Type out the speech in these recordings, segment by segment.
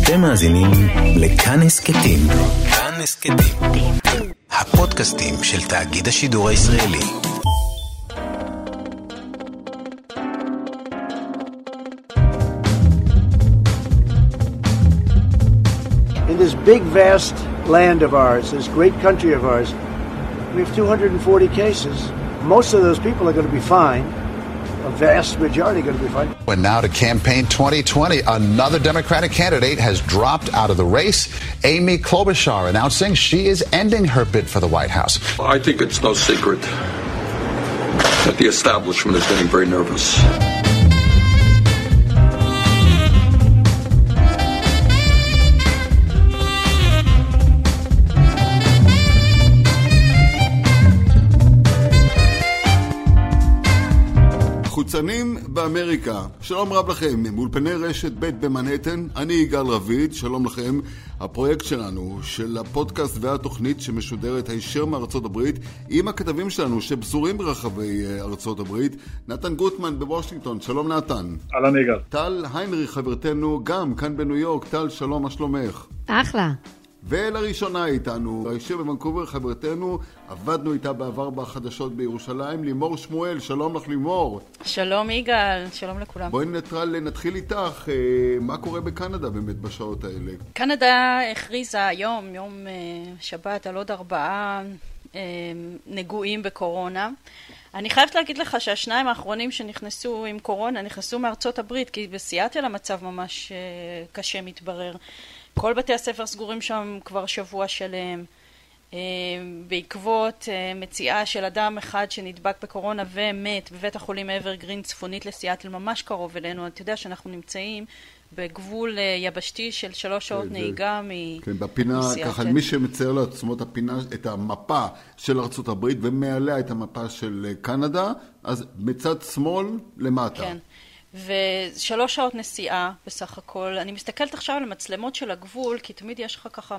אתם מאזינים לכאן הסכתים. כאן הסכתים, הפודקאסטים של תאגיד השידור הישראלי. In this big vast land of ours, this great country of ours, we have 240 cases. Most of those people are going to be fine. A vast majority are going to be fine. And now to campaign 2020. Another Democratic candidate has dropped out of the race. Amy Klobuchar announcing she is ending her bid for the White House. I think it's no secret that the establishment is getting very nervous. חוצנים באמריקה, שלום רב לכם, מאולפני רשת ב' במנהטן, אני יגאל רביד, שלום לכם. הפרויקט שלנו, של הפודקאסט והתוכנית שמשודרת הישר מארצות הברית, עם הכתבים שלנו שבזורים ברחבי ארצות הברית, נתן גוטמן בוושינגטון, שלום נתן. אהלן יגאל. טל היינריך חברתנו, גם כאן בניו יורק, טל שלום, מה שלומך? אחלה. ולראשונה איתנו, הישר בוונקובר חברתנו, עבדנו איתה בעבר בחדשות בירושלים, לימור שמואל, שלום לך לימור. שלום יגאל, שלום לכולם. בואי נתחיל איתך, מה קורה בקנדה באמת בשעות האלה? קנדה הכריזה היום, יום שבת, על עוד 4 נגועים בקורונה. אני חייבת להגיד לך שהשניים האחרונים שנכנסו עם קורונה, נכנסו מארצות הברית, כי בסיאטל המצב ממש קשה מתברר. כל בתי הספר סגורים שם כבר שבוע שלם, בעקבות מציאה של אדם אחד שנדבק בקורונה ומת בבית החולים אברגרין צפונית לסיאטל, ממש קרוב אלינו. אתה יודע שאנחנו נמצאים בגבול יבשתי של 3 שעות נהיגה מסיאטל. כן, בפינה, ככה מי שמצייר לעצמו את המפה של ארצות הברית ומעליה את המפה של קנדה, אז מצד שמאל למטה. כן. ו3 שעות נסיעה בסך הכל. אני מסתכלת עכשיו על המצלמות של הגבול, כי תמיד יש לך ככה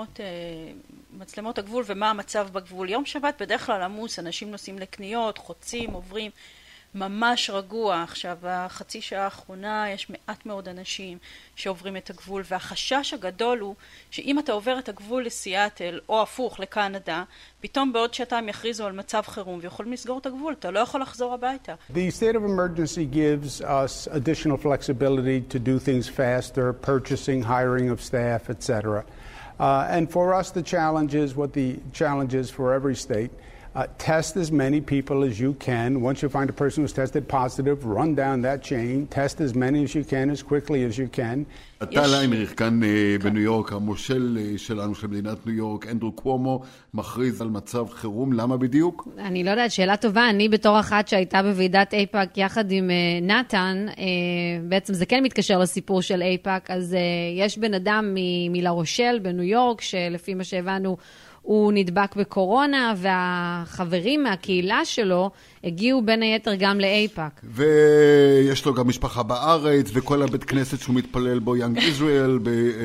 מצלמות הגבול ומה המצב בגבול. יום שבת בדרך כלל עמוס, אנשים נוסעים לקניות, חוצים, עוברים, ממש רגוע. עכשיו, בחצי שעה האחרונה יש מעט מאוד אנשים שעוברים את הגבול, והחשש הגדול הוא שאם אתה עובר את הגבול לסיאטל, או הפוך לקנדה, פתאום בעוד שעתיים יכריזו על מצב חירום ויכולים לסגור את הגבול, אתה לא יכול לחזור הביתה. The state of emergency gives us additional flexibility to do things faster, purchasing, hiring of staff, etc. And for us the challenge is what the challenge is for every state. Test as many people as you can. Once you find a person who's tested positive, run down that chain. Test as many as you can, as quickly as you can. טל היינריך, כאן בניו יורק, המושל שלנו של מדינת ניו יורק, אנדרו קוומו, מכריז על מצב חירום. למה בדיוק? אני לא יודעת, שאלה טובה. אני בתור אחת שהייתה בוועידת אייפאק יחד עם נתן, בעצם זה כן מתקשר לסיפור של אייפאק, אז יש בן אדם מלרושל בניו יורק, שלפי מה שהבנו, הוא נדבק בקורונה, והחברים מהקהילה שלו הגיעו בין היתר גם לאייפאק. ויש לו גם משפחה בארץ, וכל הבית כנסת שהוא מתפלל בו, יאנג ישראל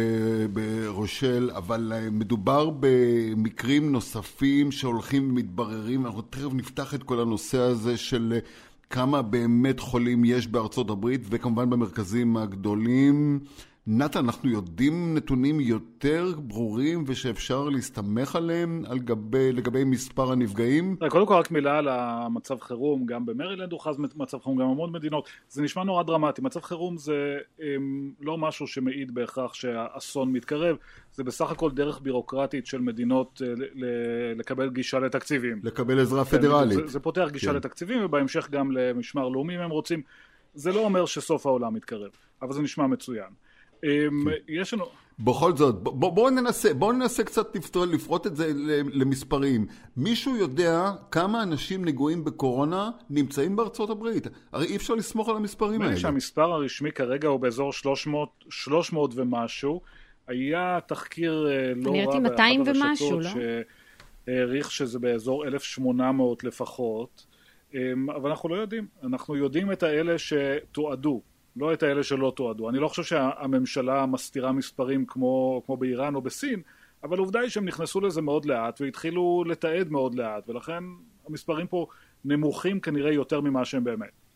ברושל, אבל מדובר במקרים נוספים שהולכים ומתבררים, אנחנו תכף נפתח את כל הנושא הזה של כמה באמת חולים יש בארצות הברית, וכמובן במרכזים הגדולים. נתן, אנחנו יודעים נתונים יותר ברורים ושאפשר להסתמך עליהם לגבי מספר הנפגעים? קודם כל רק מילה על המצב חירום, גם במרילנד הוכרז מצב חירום, גם המון מדינות. זה נשמע נורא דרמטי. מצב חירום זה לא משהו שמעיד בהכרח שהאסון מתקרב, זה בסך הכל דרך בירוקרטית של מדינות לקבל גישה לתקציבים. לקבל עזרה פדרלית. זה פותח גישה לתקציבים, ובהמשך גם למשמר לאומי אם הם רוצים. זה לא אומר שסוף העולם מתקרב, אבל זה נשמע מצוין. יש לנו... בכל זאת, בואו ננסה קצת לפרוט את זה למספרים. מישהו יודע כמה אנשים נגועים בקורונה נמצאים בארצות הברית? הרי אי אפשר לסמוך על המספרים האלה. שהמספר הרשמי כרגע הוא באזור 300 ומשהו. היה תחקיר לא רע באחת הרשתות שהעריך שזה באזור 1,800 לפחות. אבל אנחנו לא יודעים. אנחנו יודעים את האלה שתועדו. לא את האלה שלא תועדו. אני לא חושב שהממשלה מסתירה מספרים כמו באיראן או בסין, אבל העובדה היא שהם נכנסו לזה מאוד לאט, והתחילו לתעד מאוד לאט, ולכן המספרים פה נמוכים כנראה יותר ממה שהם באמת.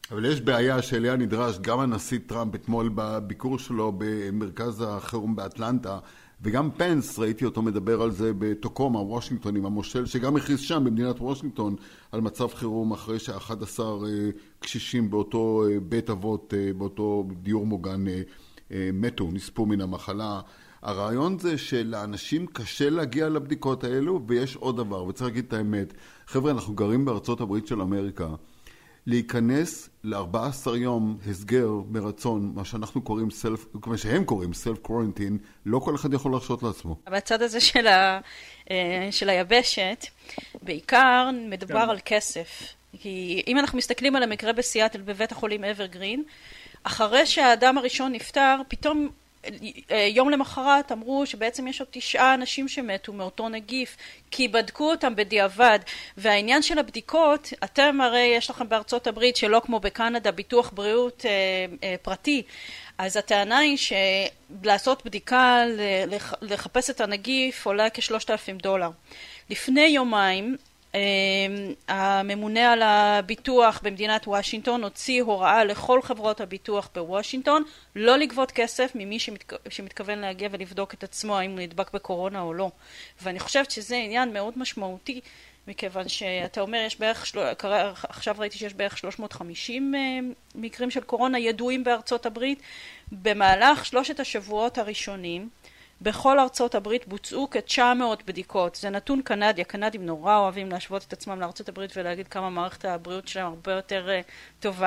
אבל יש בעיה שאליה נדרש גם הנשיא טראמפ אתמול בביקור שלו במרכז החירום באטלנטה, וגם פנס, ראיתי אותו מדבר על זה בטוקומה, וושינגטון, עם המושל שגם הכריז שם במדינת וושינגטון על מצב חירום אחרי ש11 קשישים באותו בית אבות, באותו דיור מוגן מתו, נספו מן המחלה. הרעיון זה שלאנשים קשה להגיע לבדיקות האלו, ויש עוד דבר, וצריך להגיד את האמת. חבר'ה, אנחנו גרים בארצות הברית של אמריקה. להיכנס ל14 יום הסגר מרצון, מה שאנחנו קוראים כמו שהם קוראים self quarantine, לא כל אחד יכול להרשות לעצמו. בצד הזה של היבשת, בעיקר מדובר על כסף. כי אם אנחנו מסתכלים על המקרה בסיאטל בבית החולים אברגרין, אחרי שהאדם הראשון נפטר, פתאום יום למחרת אמרו שבעצם יש עוד 9 אנשים שמתו מאותו נגיף, כי בדקו אותם בדיעבד. והעניין של הבדיקות, אתם הרי יש לכם בארצות הברית שלא כמו בקנדה ביטוח בריאות פרטי, אז הטענה היא שלעשות בדיקה לחפש את הנגיף עולה $3,000. לפני יומיים הממונה על הביטוח במדינת וושינגטון הוציא הוראה לכל חברות הביטוח בוושינגטון לא לגבות כסף ממי שמתכוון להגיע ולבדוק את עצמו האם הוא נדבק בקורונה או לא. ואני חושבת שזה עניין מאוד משמעותי, מכיוון שאתה אומר יש בערך, עכשיו ראיתי שיש בערך 350 מקרים של קורונה ידועים בארצות הברית. במהלך 3 השבועות הראשונים בכל ארצות הברית בוצעו כ-900 בדיקות. זה נתון קנדי, הקנדים נורא אוהבים להשוות את עצמם לארצות הברית ולהגיד כמה מערכת הבריאות שלהם הרבה יותר טובה.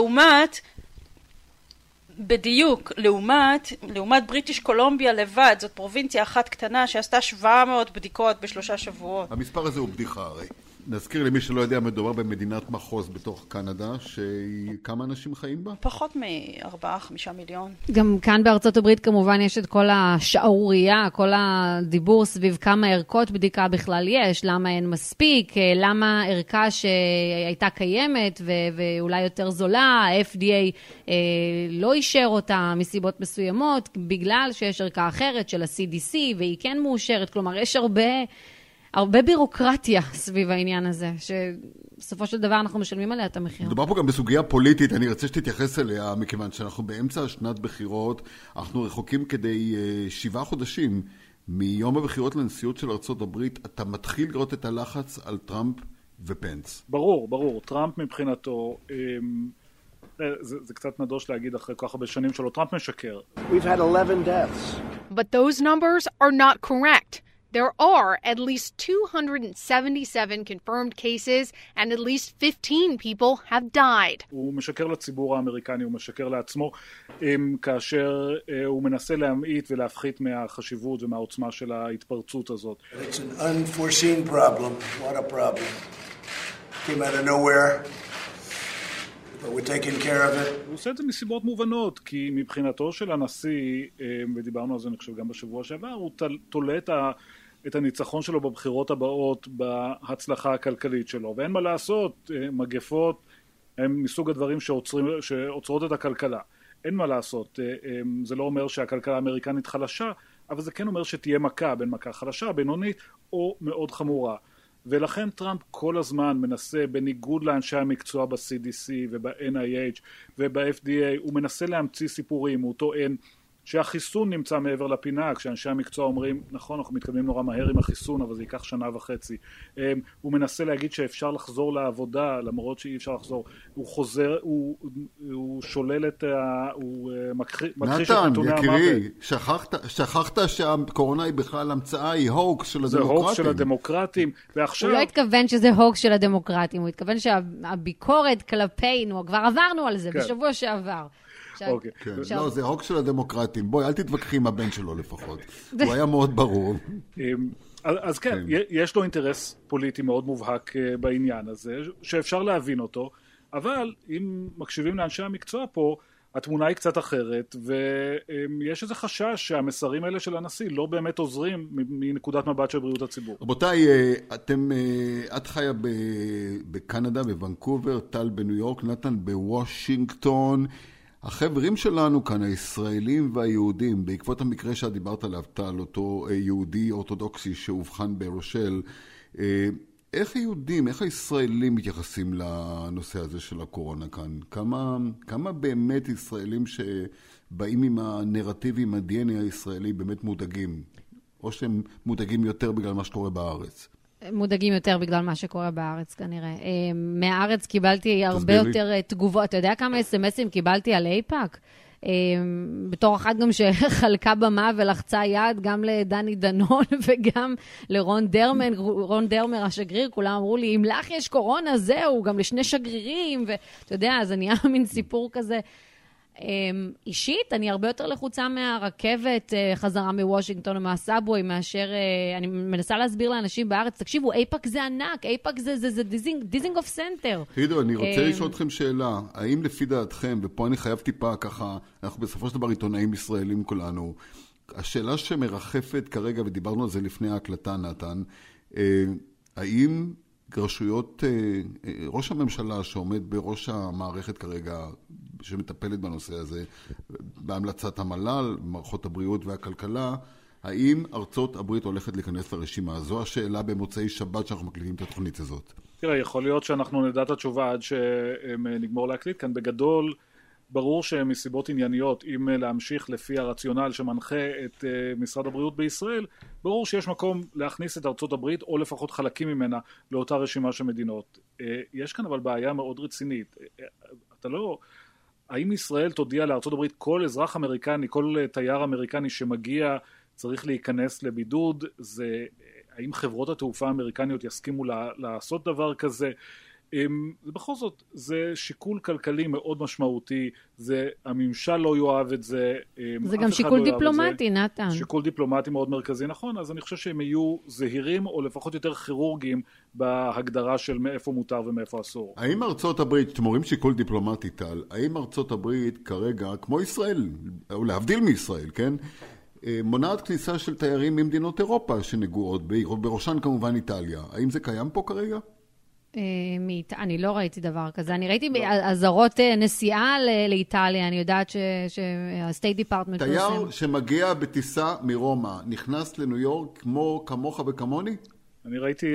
לעומת בריטיש קולומביה לבד, זאת פרובינציה אחת קטנה שעשתה 700 בדיקות ב3 שבועות. המספר הזה הוא בדיחה הרי. נזכיר למי שלא יודע, מדובר במדינת מחוז בתוך קנדה, שכמה אנשים חיים בה? פחות מ4-5 מיליון. גם כאן בארצות הברית כמובן יש את כל השערוריה, כל הדיבור סביב כמה ערכות בדיקה בכלל יש, למה אין מספיק, למה ערכה שהייתה קיימת ואולי יותר זולה, ה-FDA לא אישר אותה מסיבות מסוימות, בגלל שיש ערכה אחרת של ה-CDC והיא כן מאושרת, כלומר יש הרבה בירוקרטיה סביב העניין הזה, שבסופו של דבר אנחנו משלמים עליה את המחיר. מדובר פה גם בסוגיה פוליטית, אני רוצה שתתייחס אליה, מכיוון שאנחנו באמצע שנת בחירות, אנחנו רחוקים כדי 7 חודשים מיום הבחירות לנשיאות של ארצות הברית, אתה מתחיל לראות את הלחץ על טראמפ ופנס. ברור. טראמפ מבחינתו, זה קצת נדוש להגיד אחרי כך הרבה שנים שלו, טראמפ משקר. We've had 11 deaths. But those numbers are not correct. There are at least 277 confirmed cases and at least 15 people have died. הוא משקר לציבור האמריקני, הוא משקר לעצמו, כאשר הוא מנסה להמעיט ולהפחית מהחשיבות ומהעוצמה של ההתפרצות הזאת. It's an unforeseen problem. What a problem. Came out of nowhere. But we're taking care of it. הוא עושה את זה מסיבות מובנות, כי מבחינתו של הנשיא, ודיברנו על זה אני חושב גם בשבוע שעבר, הוא תולה את הניצחון שלו בבחירות הבאות בהצלחה הכלכלית שלו, ואין מה לעשות, מגפות הם מסוג הדברים שעוצרות את הכלכלה. אין מה לעשות, זה לא אומר שהכלכלה האמריקנית חלשה, אבל זה כן אומר שתהיה מכה, בין מכה חלשה, בינונית או מאוד חמורה. ולכן טראמפ כל הזמן מנסה, בניגוד לאנשי המקצוע ב-CDC וב-NIH וב-FDA, הוא מנסה להמציא סיפורים, הוא טוען שהחיסון נמצא מעבר לפינה, כשאנשי המקצוע אומרים, נכון, אנחנו מתקדמים נורא מהר עם החיסון, אבל זה ייקח 1.5 שנה. הוא מנסה להגיד שאפשר לחזור לעבודה, למרות שאי אפשר לחזור. הוא חוזר, הוא שולל הוא מכחיש את נתוני המוות. נתן, יקירי, שכחת שהקורונה היא בכלל המצאה, היא הוקס של הדמוקרטים. זה הוקס של הדמוקרטים, ועכשיו... הוא לא התכוון שזה הוקס של הדמוקרטים, הוא התכוון שהביקורת כלפינו, כבר עברנו על זה בשבוע שעבר. לא, זה הוק של הדמוקרטים. בואי, אל תתווכחי עם הבן שלו לפחות. הוא היה מאוד ברור. אז כן, יש לו אינטרס פוליטי מאוד מובהק בעניין הזה, שאפשר להבין אותו, אבל אם מקשיבים לאנשי המקצוע פה, התמונה היא קצת אחרת, ויש איזה חשש שהמסרים האלה של הנשיא לא באמת עוזרים מנקודת מבט של בריאות הציבור. רבותיי, את חיה בקנדה, בוונקובר, טל בניו יורק, נתן בוושינגטון. החברים שלנו כאן, הישראלים והיהודים, בעקבות המקרה שאת דיברת עליו, טל, אותו יהודי אורתודוקסי שהובחן ברושל, איך היהודים, איך הישראלים מתייחסים לנושא הזה של הקורונה כאן? כמה באמת ישראלים שבאים עם הנרטיב, עם ה-DNA הישראלי, באמת מודאגים? או שהם מודאגים יותר בגלל מה שקורה בארץ? מודאגים יותר בגלל מה שקורה בארץ כנראה. מהארץ קיבלתי הרבה יותר תגובות. אתה יודע כמה SMS'ים קיבלתי על אייפאק? בתור אחת גם שחלקה במה ולחצה יד גם לדני דנון וגם לרון דרמן, רון דרמר השגריר, כולם אמרו לי, אם לך יש קורונה, זהו, גם לשני שגרירים, ואתה יודע, אז אני מין סיפור כזה. אישית, אני הרבה יותר לחוצה מהרכבת חזרה מוושינגטון או מהסאבווי, מאשר, אני מנסה להסביר לאנשים בארץ, תקשיבו, אייפאק זה ענק, אייפאק זה דיזינג אוף סנטר. חידו, אני רוצה לשאול אתכם שאלה, האם לפי דעתכם, ופה אני חייב טיפה ככה, אנחנו בסופו של דבר עיתונאים ישראלים כולנו, השאלה שמרחפת כרגע, ודיברנו על זה לפני ההקלטה, נתן, האם רשויות, ראש הממשלה שעומד בראש המערכת כרגע, שמטפלת בנושא הזה, בהמלצת המל"ל, מערכות הבריאות והכלכלה, האם ארצות הברית הולכת להיכנס לרשימה? זו השאלה במוצאי שבת שאנחנו מקליטים את התוכנית הזאת. תראה, יכול להיות שאנחנו נדע את התשובה עד שנגמור להקליט כאן. בגדול, ברור שמסיבות ענייניות, אם להמשיך לפי הרציונל שמנחה את משרד הבריאות בישראל, ברור שיש מקום להכניס את ארצות הברית, או לפחות חלקים ממנה, לאותה רשימה של מדינות. יש כאן אבל בעיה מאוד רצינית. אתה לא... האם ישראל תודיע לארצות הברית, כל אזרח אמריקני, כל תייר אמריקני שמגיע צריך להיכנס לבידוד? האם חברות התעופה האמריקניות יסכימו לעשות דבר כזה? בכל זאת, זה שיקול כלכלי מאוד משמעותי, הממשל לא יאהב את זה. זה גם שיקול דיפלומטי, נתן. שיקול דיפלומטי מאוד מרכזי, נכון, אז אני חושב שהם יהיו זהירים, או לפחות יותר כירורגיים, בהגדרה של מאיפה מותר ומאיפה אסור. האם ארצות הברית, אתם אומרים שיקול דיפלומטי טל, האם ארצות הברית כרגע, כמו ישראל, או להבדיל מישראל, כן? מונעת כניסה של תיירים ממדינות אירופה שנגועות, בראשן כמובן איטליה. האם זה קיים פה כרגע? אני לא ראיתי דבר כזה. אני ראיתי עזרות נסיעה לאיטליה. אני יודעת שהסטייט דיפרטמנט... תייר שמגיע בטיסה מרומא, נכנס לניו יורק כמוך וכמוני? אני ראיתי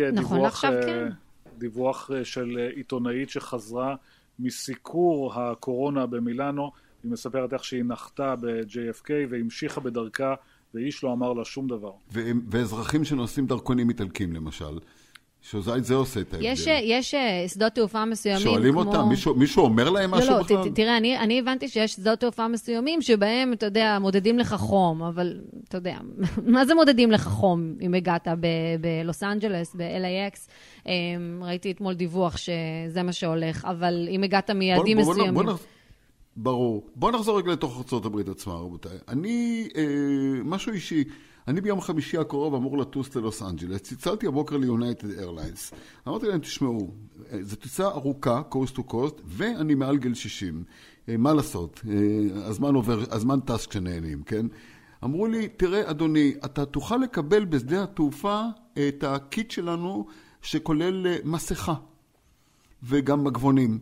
דיווח של עיתונאית שחזרה מסיקור הקורונה במילאנו. היא מספרת איך שהיא נחתה ב-JFK והמשיכה בדרכה, ואיש לא אמר לה שום דבר. ואזרחים שנושאים דרכונים איטלקים למשל, שזה עושה את ההבדל. יש שדות תעופה מסוימים שואלים אותם, מישהו אומר להם משהו בכלל? לא, תראה, אני הבנתי שיש שדות תעופה מסוימים שבהם, אתה יודע, מודדים לך חום, אבל אתה יודע, מה זה מודדים לך חום אם הגעת בלוס אנג'לס, ב-LAX? ראיתי אתמול דיווח שזה מה שהולך, אבל אם הגעת מיעדים מסוימים... ברור. בוא נחזור רגע לתוך ארצות הברית עצמה, רבותיי. משהו אישי, אני ביום חמישי הקרוב אמור לטוס ללוס אנג'לס, צלצלתי הבוקר ליונייטד איירליינס. אמרתי להם, תשמעו, זו טיסה ארוכה, קוסט טו קוסט, ואני מעל גיל 60. מה לעשות? הזמן טס כשנהנים, כן? אמרו לי, תראה אדוני, אתה תוכל לקבל בשדה התעופה את הקיט שלנו שכולל מסכה, וגם מגבונים.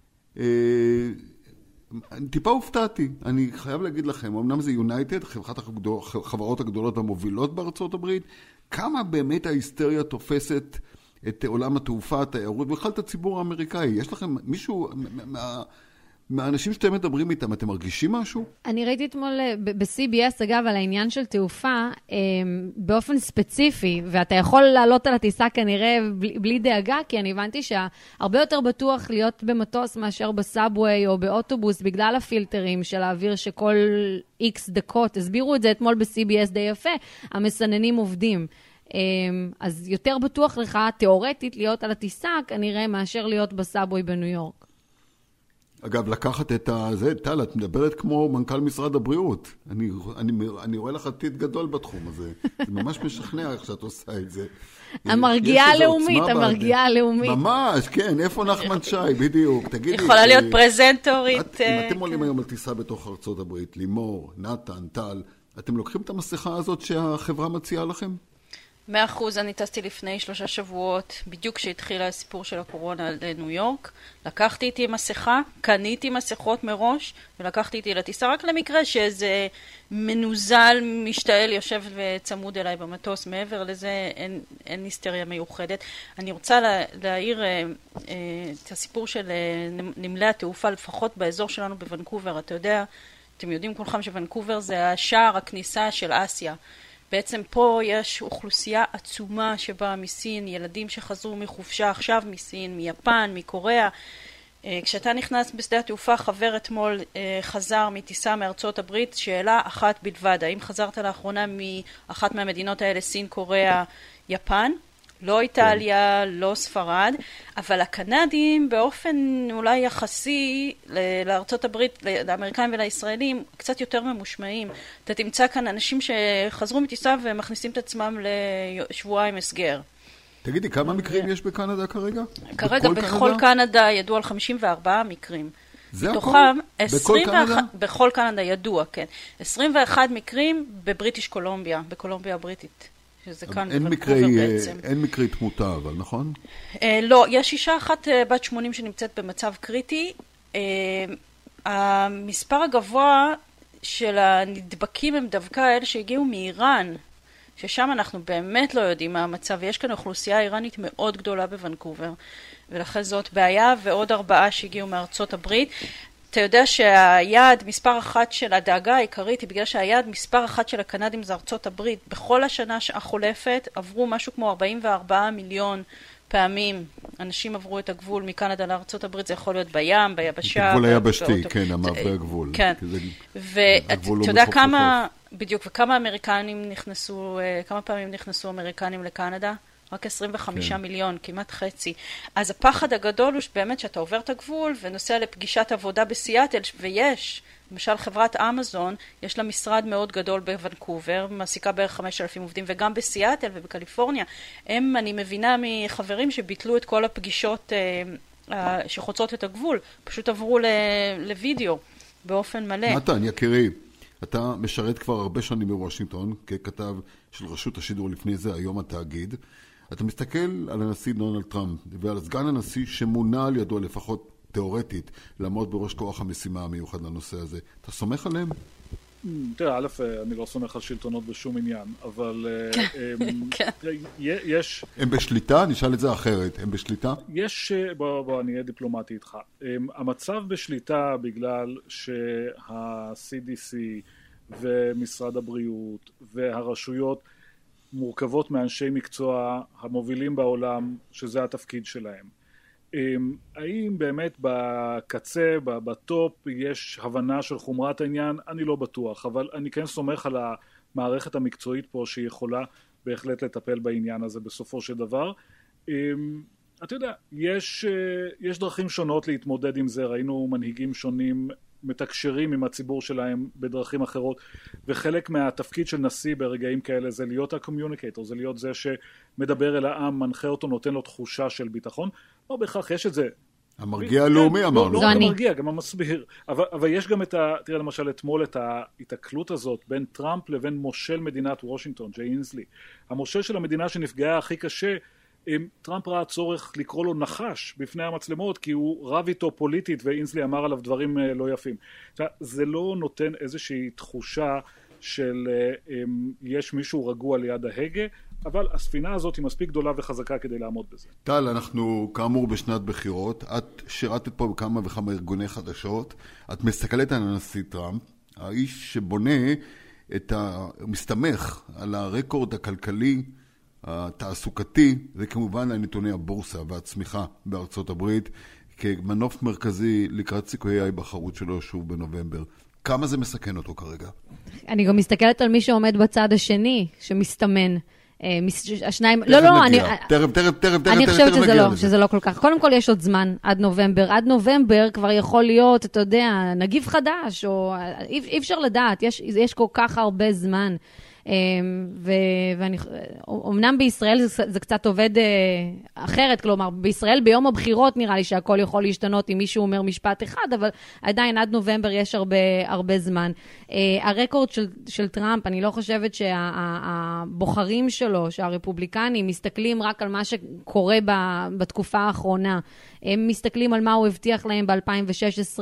טיפה הופתעתי, אני חייב להגיד לכם, אמנם זה יונייטד, חברת החברות הגדולות המובילות בארצות הברית, כמה באמת ההיסטריה תופסת את עולם התעופה, התיירות, ובכלל את הציבור האמריקאי. יש לכם מישהו מהאנשים שאתם מדברים איתם, אתם מרגישים משהו? אני ראיתי אתמול ב-CBS, אגב, על העניין של תעופה, באופן ספציפי, ואתה יכול לעלות על הטיסה כנראה בלי דאגה, כי אני הבנתי שהרבה יותר בטוח להיות במטוס מאשר בסאבווי או באוטובוס, בגלל הפילטרים של האוויר שכל X דקות, הסבירו את זה אתמול ב-CBS די יפה, המסננים עובדים. אז יותר בטוח לך, תיאורטית, להיות על הטיסה, כנראה מאשר להיות בסאבווי בניו יורק. אגב, לקחת את זה, טל, את מדברת כמו מנכ"ל משרד הבריאות. אני רואה לך עתיד גדול בתחום הזה. זה ממש משכנע איך שאת עושה את זה. המרגיעה הלאומית, המרגיעה הלאומית. ממש, כן, איפה נחמן שי, בדיוק. יכולה להיות פרזנטורית. אם אתם עולים היום על טיסה בתוך ארצות הברית, לימור, נתן, טל, אתם לוקחים את המסכה הזאת שהחברה מציעה לכם? 100%, אני טסתי לפני 3 שבועות, בדיוק כשהתחילה הסיפור של הקורונה לניו יורק. לקחתי איתי מסכה, קניתי מסכות מראש, ולקחתי איתי לטיסה רק למקרה שאיזה מנוזל משתעל יושב וצמוד אליי במטוס. מעבר לזה אין היסטריה מיוחדת. אני רוצה להעיר את הסיפור של נמלי התעופה, לפחות באזור שלנו בוונקובר. אתה יודע, אתם יודעים כולכם שוונקובר זה השער הכניסה של אסיה. בעצם פה יש אוכלוסייה עצומה שבאה מסין, ילדים שחזרו מחופשה עכשיו מסין, מיפן, מקוריאה. כשאתה נכנס בשדה התעופה, חבר אתמול חזר מטיסה מארצות הברית, שאלה אחת בלבד, האם חזרת לאחרונה מאחת מהמדינות האלה, סין, קוריאה, יפן? לא איטליה, לא ספרד, אבל הקנדים באופן אולי יחסי לארצות הברית, לאמריקאים ולישראלים, קצת יותר ממושמעים. אתה תמצא כאן אנשים שחזרו מטיסה ומכניסים את עצמם לשבועיים הסגר. תגידי, כמה מקרים יש בקנדה כרגע? כרגע בכל קנדה ידוע על 54 מקרים. זה הכל? בכל קנדה? בכל קנדה ידוע, כן. 21 מקרים בבריטיש קולומביה, בקולומביה הבריטית. אין מקרי תמותה, אבל נכון? לא, יש אישה אחת בת 80 שנמצאת במצב קריטי. המספר הגבוה של הנדבקים הם דווקא אלה שהגיעו מאיראן, ששם אנחנו באמת לא יודעים מה המצב, ויש כאן אוכלוסייה איראנית מאוד גדולה בוונקובר, ולכן זאת בעיה, ועוד 4 שהגיעו מארצות הברית. אתה יודע שהיעד מספר 1 של הדאגה העיקרית היא בגלל שהיעד מספר 1 של הקנדים זה ארצות הברית. בכל השנה החולפת עברו משהו כמו 44 מיליון פעמים. אנשים עברו את הגבול מקנדה לארצות הברית, זה יכול להיות בים, ביבשה. הגבול היבשתי, כן, המעברי הגבול. כן, ואתה יודע כמה, בדיוק, וכמה אמריקנים נכנסו, כמה פעמים נכנסו אמריקנים לקנדה? רק 25 מיליון, כמעט חצי. אז הפחד הגדול הוא באמת שאתה עובר את הגבול ונוסע לפגישת עבודה בסיאטל, ויש, למשל חברת אמזון, יש לה משרד מאוד גדול בוונקובר, מעסיקה בערך 5,000 עובדים, וגם בסיאטל ובקליפורניה. אני מבינה מחברים שביטלו את כל הפגישות שחוצות את הגבול, פשוט עברו לוידאו באופן מלא. נתן, יקירי, אתה משרת כבר הרבה שנים בוושינגטון, ככתב של רשות השידור לפני זה, היום התאגיד. אתה מסתכל על הנשיא דונלד טראמפ ועל סגן הנשיא שמונה על ידו לפחות תיאורטית לעמוד בראש כוח המשימה המיוחד לנושא הזה. אתה סומך עליהם? תראה, א', אני לא סומך על שלטונות בשום עניין, אבל יש... הם בשליטה? נשאל את זה אחרת. הם בשליטה? יש... בוא, אני אהיה דיפלומטי איתך. המצב בשליטה בגלל שה-CDC ומשרד הבריאות והרשויות מורכבות מאנשי מקצוע המובילים בעולם, שזה התפקיד שלהם. האם באמת בקצה, בטופ, יש הבנה של חומרת העניין? אני לא בטוח, אבל אני כן סומך על המערכת המקצועית פה שהיא יכולה בהחלט לטפל בעניין הזה בסופו של דבר. אתה יודע, יש דרכים שונות להתמודד עם זה, ראינו מנהיגים שונים מתקשרים עם הציבור שלהם בדרכים אחרות, וחלק מהתפקיד של נשיא ברגעים כאלה זה להיות הקומיוניקטור, זה להיות זה שמדבר אל העם, מנחה אותו, נותן לו תחושה של ביטחון. לא בהכרח יש את זה. המרגיע הלאומי אמרנו. לא המרגיע, גם המסביר. אבל יש גם תראה למשל אתמול את ההתקלות הזאת בין טראמפ לבין מושל מדינת וושינגטון, ג'יי אינסלי. המושל של המדינה שנפגעה הכי קשה, טראמפ ראה צורך לקרוא לו נחש בפני המצלמות, כי הוא רב איתו פוליטית, ואינסלי אמר עליו דברים לא יפים. זה לא נותן איזושהי תחושה של יש מישהו רגוע ליד ההגה, אבל הספינה הזאת היא מספיק גדולה וחזקה כדי לעמוד בזה. טל, אנחנו כאמור בשנת בחירות, את שירתת פה בכמה וכמה ארגוני חדשות, את מסתכלת על הנשיא טראמפ, האיש שבונה מסתמך על הרקורד הכלכלי, התעסוקתי, וכמובן על נתוני הבורסה והצמיחה בארצות הברית, כמנוף מרכזי לקראת סיכויי ההיבחרות שלו שוב בנובמבר. כמה זה מסכן אותו כרגע? אני גם מסתכלת על מי שעומד בצד השני, שמסתמן. השניים, אני חושבת שזה לא כל כך. קודם כל יש עוד זמן עד נובמבר. עד נובמבר כבר יכול להיות, אתה יודע, נגיף חדש, או אי אפשר לדעת, יש כל כך הרבה זמן. ואומנם בישראל זה קצת עובד אחרת, כלומר, בישראל ביום הבחירות נראה לי שהכל יכול להשתנות אם מישהו אומר משפט אחד, אבל עדיין עד נובמבר יש הרבה זמן. הרקורד של טראמפ, אני לא חושבת שהבוחרים שלו, שהרפובליקנים, מסתכלים רק על מה שקורה בתקופה האחרונה. הם מסתכלים על מה הוא הבטיח להם ב-2016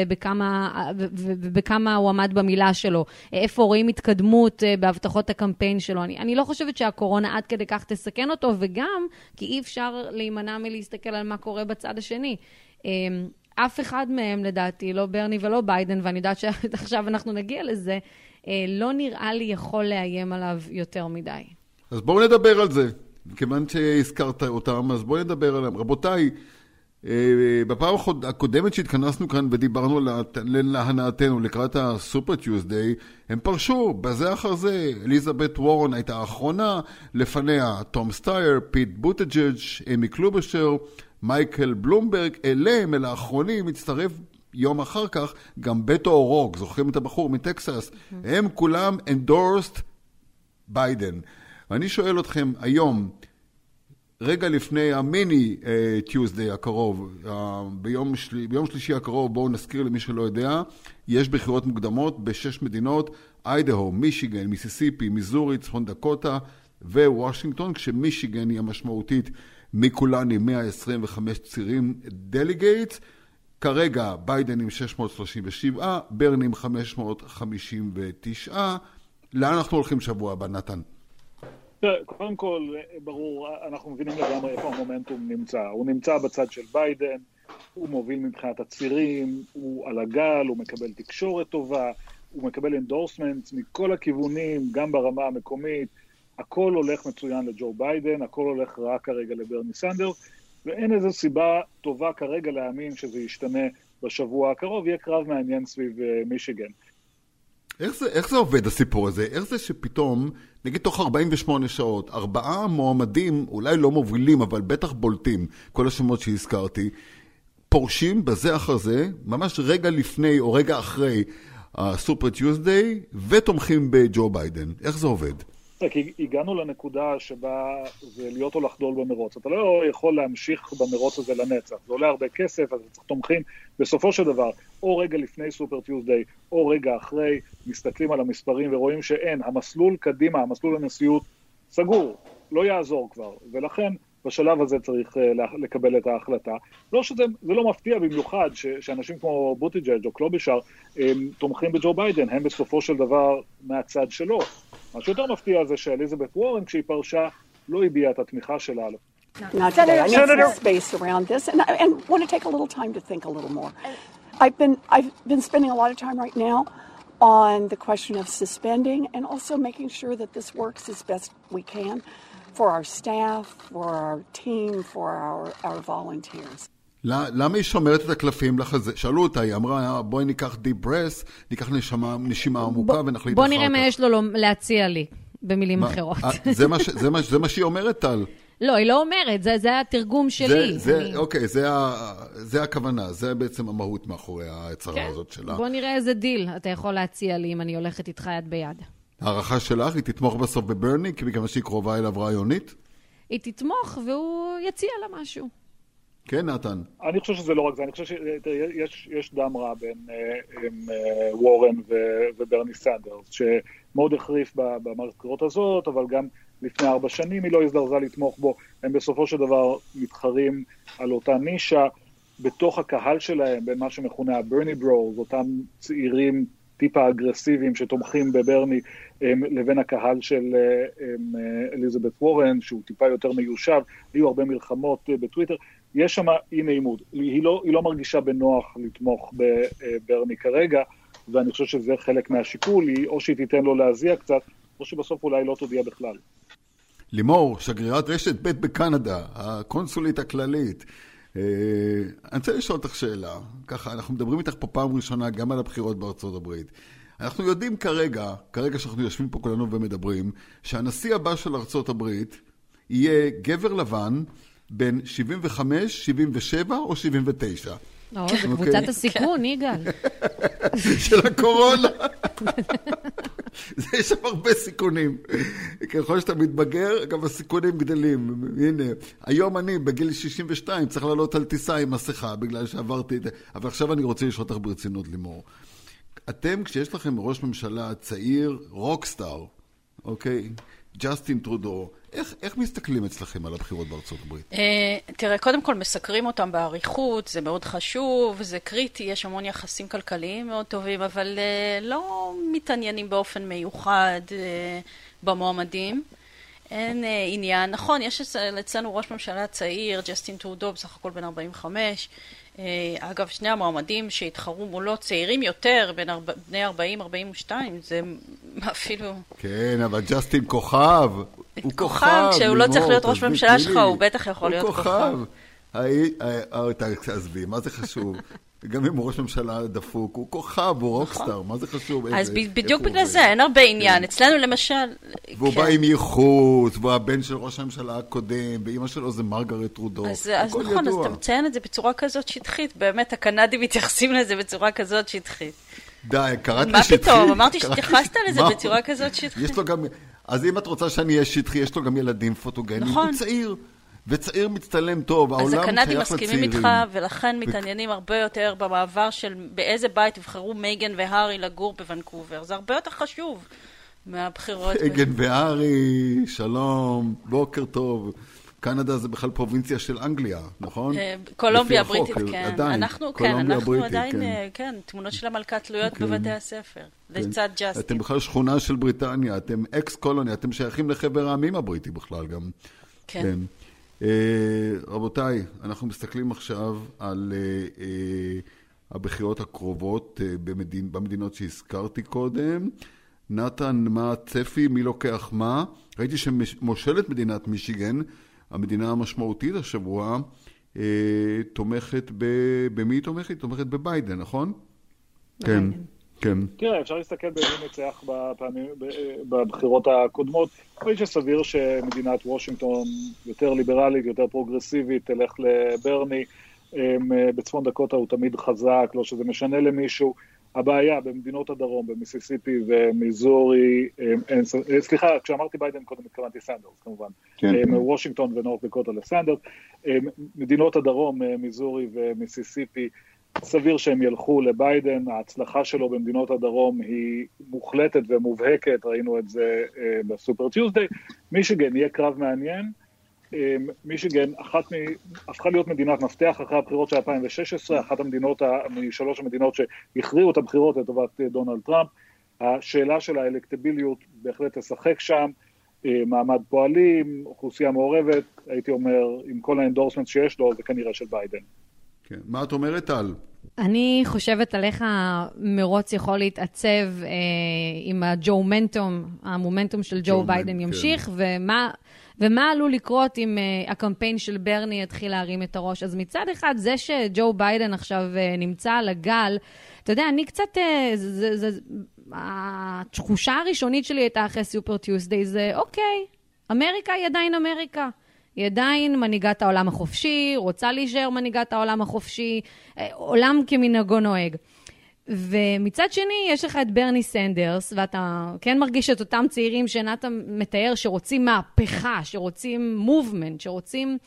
ובכמה הוא עמד במילה שלו. איפה רואים התקדמות בהבטחות הקמפיין שלו. אני לא חושבת שהקורונה עד כדי כך תסכן אותו, וגם כי אי אפשר להימנע מלהסתכל על מה קורה בצד השני. אף אחד מהם, לדעתי, לא ברני ולא ביידן, ואני יודעת שעכשיו אנחנו נגיע לזה, לא נראה לי יכול לאיים עליו יותר מדי. אז בואו נדבר על זה. כיוון שהזכרת אותם, אז בואו נדבר עליהם. רבותיי, בפעם הקודמת שהתכנסנו כאן ודיברנו להנאתנו לקראת הסופר טיוזדיי, הם פרשו בזה אחר זה. אליזבת וורן הייתה האחרונה, לפניה תום סטייר, פיט בוטג'אג', אמי קלובשר, מייקל בלומברג. אליהם, אל האחרונים, מצטרף יום אחר כך גם בטו אורוג, זוכרים את הבחור מטקסס. הם כולם endorsed ביידן. ואני שואל אתכם היום, רגע לפני המיני טיוזדיי הקרוב, ביום שלישי הקרוב, בואו נזכיר למי שלא יודע, יש בחירות מוקדמות ב6 מדינות, איידהו, מישיגן, מיסיסיפי, מיזורי, צפון דקוטה ווושינגטון, כשמישיגן היא המשמעותית מכולן עם 125 צירים דליגייטס. כרגע ביידן עם 637, ברני עם 559. לאן אנחנו הולכים שבוע הבא, נתן? קודם כל, ברור, אנחנו מבינים לגמרי איפה המומנטום נמצא. הוא נמצא בצד של ביידן, הוא מוביל מבחינת הצירים, הוא על הגל, הוא מקבל תקשורת טובה, הוא מקבל אנדורסמנטס מכל הכיוונים, גם ברמה המקומית. הכל הולך מצוין לג'ו ביידן, הכל הולך רק כרגע לברני סנדרס, ואין איזו סיבה טובה כרגע להאמין שזה ישתנה בשבוע הקרוב, יהיה קרב מעניין סביב מישיגן. איך זה עובד הסיפור הזה? איך זה שפתאום, נגיד תוך 48 שעות, 4 מועמדים, אולי לא מובילים, אבל בטח בולטים, כל השמות שהזכרתי, פורשים בזה אחר זה, ממש רגע לפני או רגע אחרי הסופר טיוזדיי, ותומכים בג'ו ביידן. איך זה עובד? כי הגענו לנקודה שבה זה להיות או לחדול במרוץ. אתה לא יכול להמשיך במרוץ הזה לנצח. זה עולה הרבה כסף, אז צריך תומכים. בסופו של דבר, או רגע לפני סופר טיוזדיי, או רגע אחרי, מסתכלים על המספרים ורואים שאין. המסלול קדימה, המסלול הנשיאות, סגור. לא יעזור כבר. ולכן, בשלב הזה צריך לקבל את ההחלטה. לא שזה, זה לא מפתיע במיוחד שאנשים כמו בוטג'אג' או קלובשר תומכים בג'ו ביידן. הם בסופו של דבר מהצד שלו. מה שיותר מפתיע זה שאליזבת וורן, כשהיא פרשה, לא הביעה את התמיכה שלה. Not today. I need some space around this, and want to take a little time to think a little more. I've been spending a lot of time right now on the question of suspending and also making sure that this works as best we can for our staff, for our team, for our volunteers. למה היא שומרת את הקלפים לחזה? שאלו אותה, היא אמרה, בואי ניקח deep breath, ניקח נשימה עמוקה ונחליט אחר כך. בוא נראה מה יש לו להציע לי, במילים אחרות. זה מה שהיא אומרת, טל? לא, היא לא אומרת, זה התרגום שלי. אוקיי, זה הכוונה, זה בעצם המהות מאחורי ההצהרה הזאת שלה. בוא נראה איזה דיל אתה יכול להציע לי אם אני הולכת איתך יד ביד. הערכה שלך, היא תתמוך בסוף בברני, כמה שהיא קרובה אליו רעיונית? היא תתמוך והוא יציע לה משהו. כן, נתן. אני חושב שזה לא רק זה, אני חושב שיש דם רע בין וורן וברני סנדרס, שמאוד החריף במזכירות הזאת, אבל גם לפני 4 שנים היא לא הזדרזה לתמוך בו. הם בסופו של דבר מתחרים על אותה נישה, בתוך הקהל שלהם, בין מה שמכונה ברני ברוז, אותם צעירים טיפה אגרסיביים שתומכים בברני, לבין הקהל של אליזבת וורן, שהוא טיפה יותר מיושב. היו הרבה מלחמות בטוויטר. יש שם אי נעימות. היא לא מרגישה בנוח לתמוך בברני כרגע, ואני חושב שזה חלק מהשיקול, או שהיא תיתן לו להזיע קצת, או שבסוף אולי לא תודיע בכלל. לימור, שגרירת רשת ב' בקנדה, הקונסולית הכללית. אני רוצה לשאול אותך שאלה. ככה, אנחנו מדברים איתך פה פעם ראשונה גם על הבחירות בארצות הברית. אנחנו יודעים כרגע שאנחנו יושבים פה כולנו ומדברים, שהנשיא הבא של ארצות הברית יהיה גבר לבן, בין 75, 77 או 79. זה קבוצת הסיכון, יגאל. של הקורונה. יש שם הרבה סיכונים. ככל שאתה מתבגר, גם הסיכונים גדלים. הנה, היום אני בגיל 62 צריך לעלות על טיסה עם מסכה, בגלל שעברתי את זה. אבל עכשיו אני רוצה לשאול אותך ברצינות, לימור. אתם, כשיש לכם ראש ממשלה צעיר, רוקסטאר, אוקיי? ג'סטין טרודו, איך מסתכלים אצלכם על הבחירות בארצות הברית? תראה, קודם כל מסקרים אותם בעריכות, זה מאוד חשוב, זה קריטי, יש המון יחסים כלכליים מאוד טובים, אבל לא מתעניינים באופן מיוחד במועמדים. אין עניין. נכון, יש אצלנו ראש ממשלה צעיר, ג'סטין טרודו, בסך הכל בן 45. אגב, שני המועמדים שהתחרו מולו צעירים יותר, בני 40-42, זה אפילו... כן, אבל ג'סטין כוכב. הוא כוכב. כשהוא לא צריך להיות ראש ממשלה שלך, הוא בטח יכול להיות כוכב. תעזבי, מה זה חשוב? גם אם הוא ראש ממשלה דפוק, הוא כוכב, הוא רוקסטאר, מה זה חשוב? אז בדיוק בגלל זה, אין הרבה עניין. אצלנו למשל... והוא בא עם ייחוס, והוא הבן של ראש הממשלה הקודם, ואמא שלו זה מרגרט טרודו. אז נכון, אז אתה מציין את זה בצורה כזאת שטחית, באמת הקנדים מתייחסים לזה בצורה כזאת שטחית. די, קראת לי שטחית? מה פתאום? אמרתי שתייחסת לזה בצורה כזאת שטחית. אז אם את רוצה שאני אהיה שטחי, יש לו גם ילדים פוטוגנים, הוא צעיר. וצעיר מצטלם טוב, העולם שייך לצעירים. אז הקנדים מסכימים איתך, ולכן מתעניינים הרבה יותר במעבר של באיזה בית יבחרו מייגן והארי לגור בוונקובר. זה הרבה יותר חשוב מהבחירות. מייגן והארי, שלום, בוקר טוב. קנדה זה בכלל פרובינציה של אנגליה, נכון? קולומביה הבריטית, כן. אנחנו עדיין, כן, תמונות של המלכה תלויות בבתי הספר, לצד ג'סטין. אתם בכלל שכונה של בריטניה, אתם אקס קולוניה, אתם שייכים לחבר העמים הבריטי בכלל גם. כן. רבותיי, אנחנו מסתכלים עכשיו על הבחירות הקרובות במדינות שהזכרתי קודם. נתן, מה הצפי? מי לוקח מה? ראיתי שמושלת מדינת מישיגן, המדינה המשמעותית השבוע, תומכת במי היא תומכת? היא תומכת בביידן, נכון? כן. כן. תראה, אפשר להסתכל במי ניצח בבחירות הקודמות. אני חושב שסביר שמדינת וושינגטון יותר ליברלית, יותר פרוגרסיבית, תלך לברני. בצפון דקוטה הוא תמיד חזק, לא שזה משנה למישהו. הבעיה במדינות הדרום, במיסיסיפי ומיזורי, סליחה, כשאמרתי ביידן קודם התכוונתי סנדרס כמובן, וושינגטון ונורת דקוטה לסנדרס. מדינות הדרום, מיזורי ומיסיסיפי, סביר שהם ילכו לביידן. ההצלחה שלו במדינות הדרום היא מוחלטת ומובהקת, ראינו את זה בסופר טיוזדיי. מישיגן יהיה קרב מעניין. מישיגן הפכה להיות מדינת מפתח אחרי הבחירות של 2016, אחת המדינות, משלוש המדינות שהכריעו את הבחירות לטובת דונלד טראמפ. השאלה של האלקטביליות בהחלט תשחק שם, מעמד פועלים, אוכלוסייה מעורבת, הייתי אומר, עם כל האנדורסמנט שיש לו, זה כנראה של ביידן. כן. מה את אומרת על? אני חושבת על איך המרוץ יכול להתעצב עם המומנטום של ג'ו ביידן ימשיך, ומה עלול לקרות אם הקמפיין של ברני יתחיל להרים את הראש. אז מצד אחד, זה שג'ו ביידן עכשיו נמצא על הגל, אתה יודע, אני קצת, התחושה הראשונית שלי הייתה אחרי סופר טיוסדיי, זה אוקיי, אמריקה היא עדיין אמריקה. היא עדיין מנהיגת העולם החופשי, רוצה להישאר מנהיגת העולם החופשי, עולם כמנהגו נוהג. ומצד שני, יש לך את ברני סנדרס, ואתה כן מרגיש את אותם צעירים שנתה מתאר, שרוצים מהפכה, שרוצים מובמנט, שרוצים...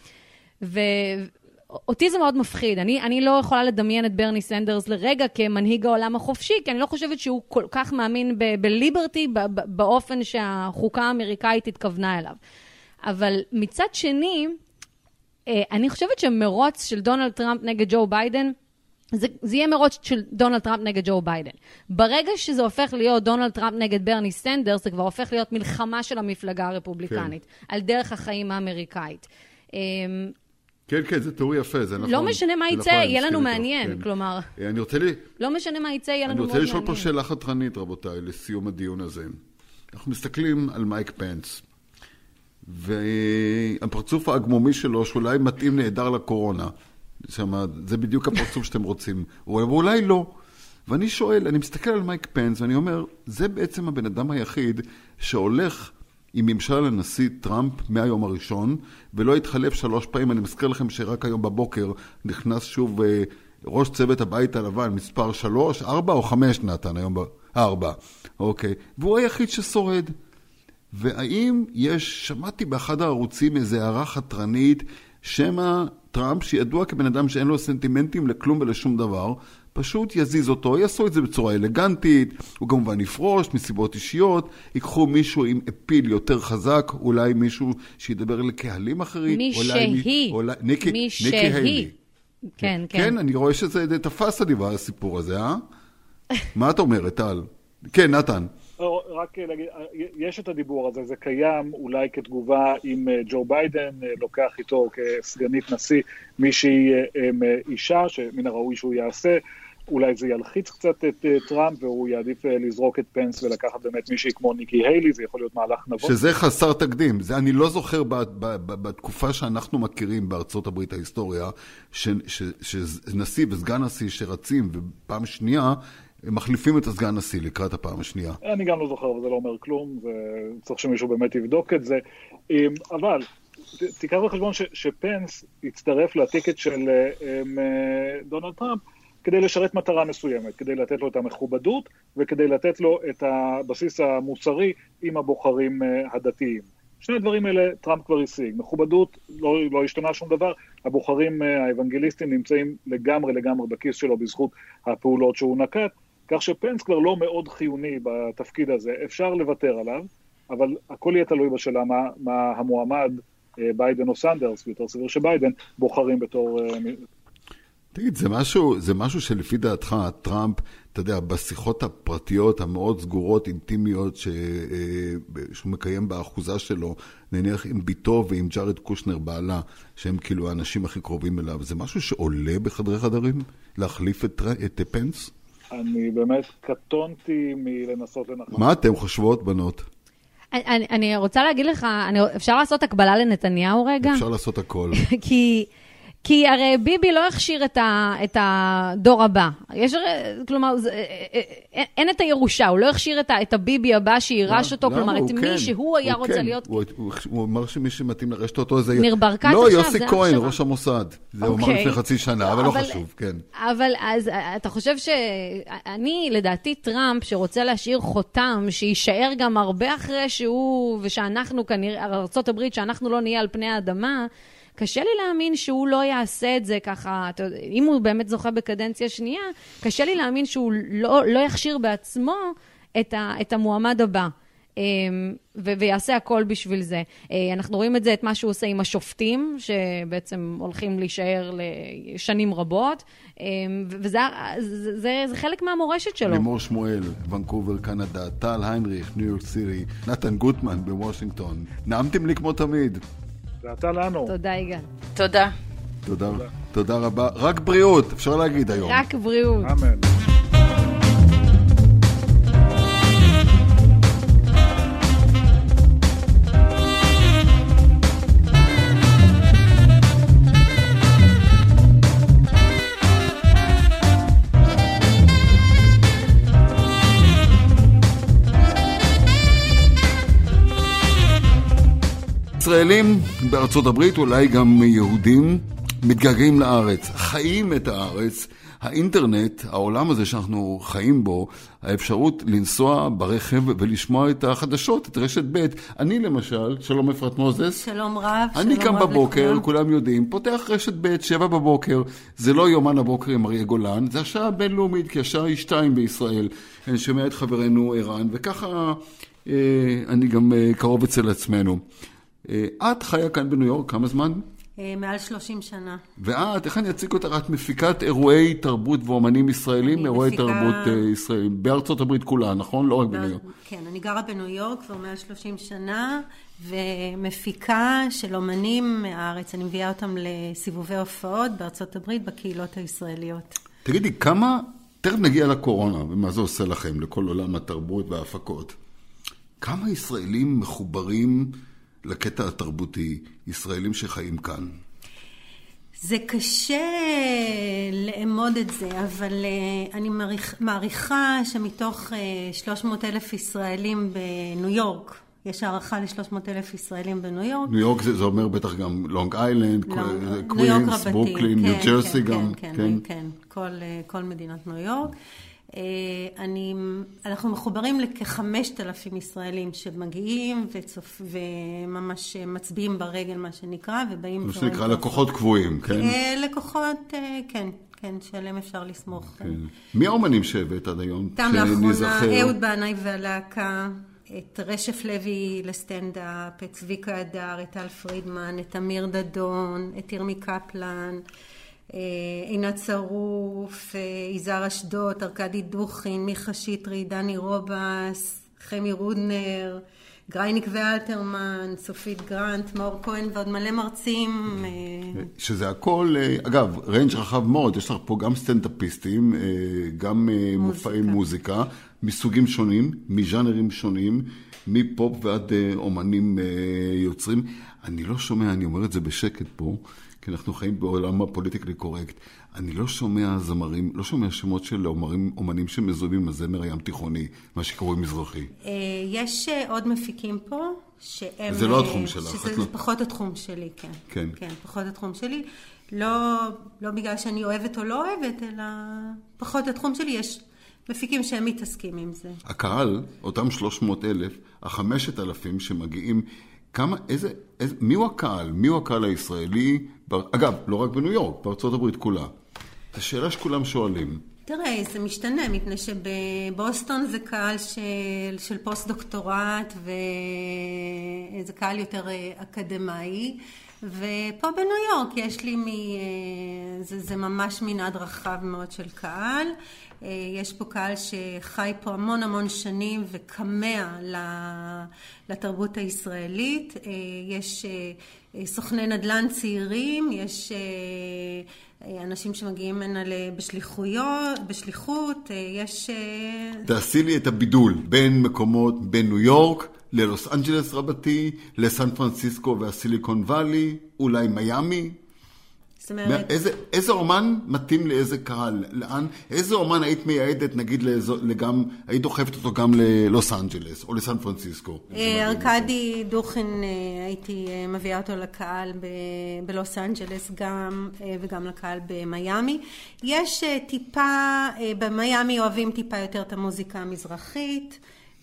ואותי זה מאוד מפחיד. אני לא יכולה לדמיין את ברני סנדרס לרגע כמנהיג העולם החופשי, כי אני לא חושבת שהוא כל כך מאמין בליברטי, באופן שהחוקה האמריקאית התכוונה אליו. אבל מצד שני, אני חושבת שמרוץ של דונלד טראמפ נגד ג'ו ביידן, זה יהיה מרוץ של דונלד טראמפ נגד ג'ו ביידן. ברגע שזה הופך להיות דונלד טראמפ נגד ברני סנדרס, זה כבר הופך להיות מלחמה של המפלגה הרפובליקנית, על דרך החיים האמריקאית. כן, כן, זה תיאור יפה, זה נכון. לא משנה מה יצא, יהיה לנו מעניין, כלומר. לא משנה מה יצא, יהיה לנו מאוד מעניין. אני רוצה לשאול פה שאלה חתרנית, רבותיי, לסיום הדיון הזה. אנחנו מסתכלים על מייק פנס, והפרצוף האגמומי שלו, שאולי מתאים נהדר לקורונה. זה בדיוק הפרצוף שאתם רוצים. ואולי לא. ואני שואל, אני מסתכל על מייק פנס, ואני אומר, זה בעצם הבן אדם היחיד שהולך עם ממשל הנשיא טראמפ מהיום הראשון, ולא התחלף 3 פעמים. אני מזכיר לכם שרק היום בבוקר נכנס שוב ראש צוות הבית הלבן, מספר 3, 4 או 5 נתן היום 4. אוקיי. והוא היחיד ששורד. והאם שמעתי באחד הערוצים איזו הערה חתרנית, שמה טראמפ, שידוע כבן אדם שאין לו סנטימנטים לכלום ולשום דבר, פשוט יזיז אותו, יעשו את זה בצורה אלגנטית, הוא כמובן יפרוש מסיבות אישיות, ייקחו מישהו עם אפיל יותר חזק, אולי מישהו שידבר לקהלים אחרים. מי שהיא. כן. כן, אני רואה שזה תפס הדבר הסיפור הזה, מה את אומרת, טל? כן, נתן. רק להגיד, יש את הדיבור הזה, זה קיים אולי כתגובה אם ג'ו ביידן לוקח איתו כסגנית נשיא מישהי אישה, שמן הראוי שהוא יעשה, אולי זה ילחיץ קצת את טראמפ, והוא יעדיף לזרוק את פנס ולקחת באמת מישהי כמו ניקי היילי, זה יכול להיות מהלך נבון. שזה חסר תקדים, זה אני לא זוכר בתקופה שאנחנו מכירים בארצות הברית ההיסטוריה, שנשיא וסגן נשיא שרצים, ופעם שנייה, הם מחליפים את הסגן נשיא לקראת הפעם השנייה. אני גם לא זוכר, וזה לא אומר כלום, וצריך שמישהו באמת יבדוק את זה. אבל תיקח בחשבון שפנס יצטרף לטיקט של דונלד טראמפ, כדי לשרת מטרה מסוימת, כדי לתת לו את המכובדות, וכדי לתת לו את הבסיס המוסרי עם הבוחרים הדתיים. שני הדברים האלה טראמפ כבר השיג. מכובדות לא השתנה שום דבר, הבוחרים האבנגליסטים נמצאים לגמרי בכיס שלו בזכות הפעולות שהוא נקט, כך שפנס כבר לא מאוד חיוני בתפקיד הזה, אפשר לוותר עליו, אבל הכל יהיה תלוי בשאלה מה המועמד ביידן או סנדרס, יותר סביר שביידן, בוחרים בתור... תגיד, זה משהו שלפי דעתך, טראמפ, אתה יודע, בשיחות הפרטיות המאוד סגורות, אינטימיות, שהוא מקיים באחוזה שלו, נניח עם ביתו ועם ג'ארד קושנר בעלה, שהם כאילו האנשים הכי קרובים אליו, זה משהו שעולה בחדרי חדרים? להחליף את פנס? אני באמת קטונתי מלנסות לנחם. מה אתם חושבות, בנות? אני רוצה להגיד לך, אפשר לעשות הקבלה לנתניהו רגע? אפשר לעשות הכל. כי הרי ביבי לא הכשיר את הדור הבא. כלומר, אין את הירושה, הוא לא הכשיר את הביבי הבא שירש אותו, כלומר, את מי שהוא היה רוצה להיות... הוא אמר שמי שמתאים לרשת אותו זה... ניר ברקת עכשיו, לא, יוסי כהן, ראש המוסד. זה הוא אמר לפני חצי שנה, אבל לא חשוב, כן. אבל אז אתה חושב שאני, לדעתי טראמפ, שרוצה להשאיר חותם, שישאר גם הרבה אחרי שהוא, ושאנחנו כנראה, ארצות הברית, שאנחנו לא נהיה על פני האדמה, קשה לי להאמין שהוא לא יעשה את זה ככה, אם הוא באמת זוכה בקדנציה שנייה, קשה לי להאמין שהוא לא יכשיר בעצמו את המועמד הבא, ויעשה הכל בשביל זה. אנחנו רואים את זה, את מה שהוא עושה עם השופטים, שבעצם הולכים להישאר לשנים רבות, וזה חלק מהמורשת שלו. לימור שמואל, ונקובר, קנדה, טל היינריך, ניו יורק סיטי, נתן גוטמן בוושינגטון. נעמתם לי כמו תמיד. ואתה לנו. תודה, יגאל. תודה. תודה רבה. רק בריאות, אפשר להגיד היום. רק בריאות. אמן. ישראלים בארצות הברית, אולי גם יהודים, מתגעגעים לארץ, חיים את הארץ, האינטרנט, העולם הזה שאנחנו חיים בו, האפשרות לנסוע ברכב ולשמוע את החדשות, את רשת ב'. אני למשל, שלום אפרת מוזס. שלום רב. אני קם בבוקר, כולם יודעים, פותח רשת ב' 7 בבוקר, זה לא יומן הבוקר עם אריה גולן, זה השעה הבינלאומית, כי השעה היא 2 בישראל. אני שומע את חברנו ערן, וככה אני גם קרוב אצל עצמנו. את חיה כאן בניו יורק, כמה זמן? מעל 30 שנה. ואת, איך אני אציג אותך? את מפיקת אירועי תרבות ואומנים ישראלים, אירועי תרבות ישראלים, בארצות הברית כולה, נכון? לא רק בניו יורק. כן, אני גרה בניו יורק כבר מעל 30 שנה, ומפיקה של אומנים מהארץ, אני מביאה אותם לסיבובי הופעות בארצות הברית, בקהילות הישראליות. תגידי, כמה, תכף נגיע לקורונה, ומה זה עושה לכם, לכל עולם התרבות וההפקות, כמה ישראלים מחוברים לקטע התרבותי, ישראלים שחיים כאן? זה קשה לאמוד את זה, אבל אני מעריכה שמתוך 300,000 ישראלים בניו יורק, יש הערכה ל-300,000 ישראלים בניו יורק. ניו יורק זה אומר בטח גם לונג איילנד, קווינס, ברוקלין, ניו ג'רסי גם. כן, כל מדינת ניו יורק. אנחנו מחוברים לכ-5,000 ישראלים שמגיעים וממש מצביעים ברגל, מה שנקרא, ובאים... מה שנקרא לקוחות קבועים, כן? לקוחות, כן. כן, שעליהם אפשר לסמוך. כן. מי האומנים שהבאת עד היום? תם לאחרונה, אהוד בנאי והלהקה, את רשף לוי לסטנדאפ, את צביקה אדר, את טל פרידמן, את אמיר דדון, את ירמי קפלן, עינת שרוף, יזהר אשדוד, ארכדי דוכין, מיכה שטרי, דני רובס, חמי רודנר, גרייניק ואלתרמן, סופית גרנט, מאור כהן ועוד מלא מרצים. שזה הכל, אגב, ריינג' רחב מאוד, יש לך פה גם סטנדאפיסטים, גם מופעי מוזיקה, מסוגים שונים, מז'אנרים שונים, מפופ ועד אומנים יוצרים. אני לא שומע, אני אומר את זה בשקט פה, כי אנחנו חיים בעולם הפוליטיקלי קורקט. אני לא שומע זמרים, לא שומע שמות של אומנים שמזוהים עם הזמר הים תיכוני, מה שקרוי מזרחי. יש עוד מפיקים פה, שהם... זה לא התחום שלך. שזה פחות התחום שלי, כן. כן. כן, פחות התחום שלי. לא בגלל שאני אוהבת או לא אוהבת, אלא פחות התחום שלי. יש מפיקים שהם מתעסקים עם זה. הקהל, אותם 300,000, 5,000 שמגיעים, מי הוא הקהל? מי הוא הקהל הישראלי? אגב, לא רק בניו יורק, בארצות הברית כולה. זו שאלה שכולם שואלים. תראה, זה משתנה, מפני שבבוסטון זה קהל של פוסט-דוקטורט, וזה קהל יותר אקדמאי, ופה בניו יורק יש לי זה ממש מנעד רחב מאוד של קהל. יש פה קהל שחי פה המון שנים וקמע לתרבות הישראלית. יש סוכני נדל"ן צעירים, יש אנשים שמגיעים הנה בשליחות, יש... תעשי לי את הבידול בין מקומות, בין ניו יורק ללוס אנג'לס רבתי, לסן פרנסיסקו והסיליקון ואלי, אולי מיאמי. זאת אומרת... איזה אומן מתאים לאיזה קהל? לאן? איזה אומן היית מייעדת, נגיד, היית דוחפת אותו גם ללוס אנג'לס או לסן פרנסיסקו? ארכדי דוכין, הייתי מביאה אותו לקהל בלוס אנג'לס וגם לקהל במיאמי. יש טיפה, במיאמי אוהבים טיפה יותר את המוזיקה המזרחית.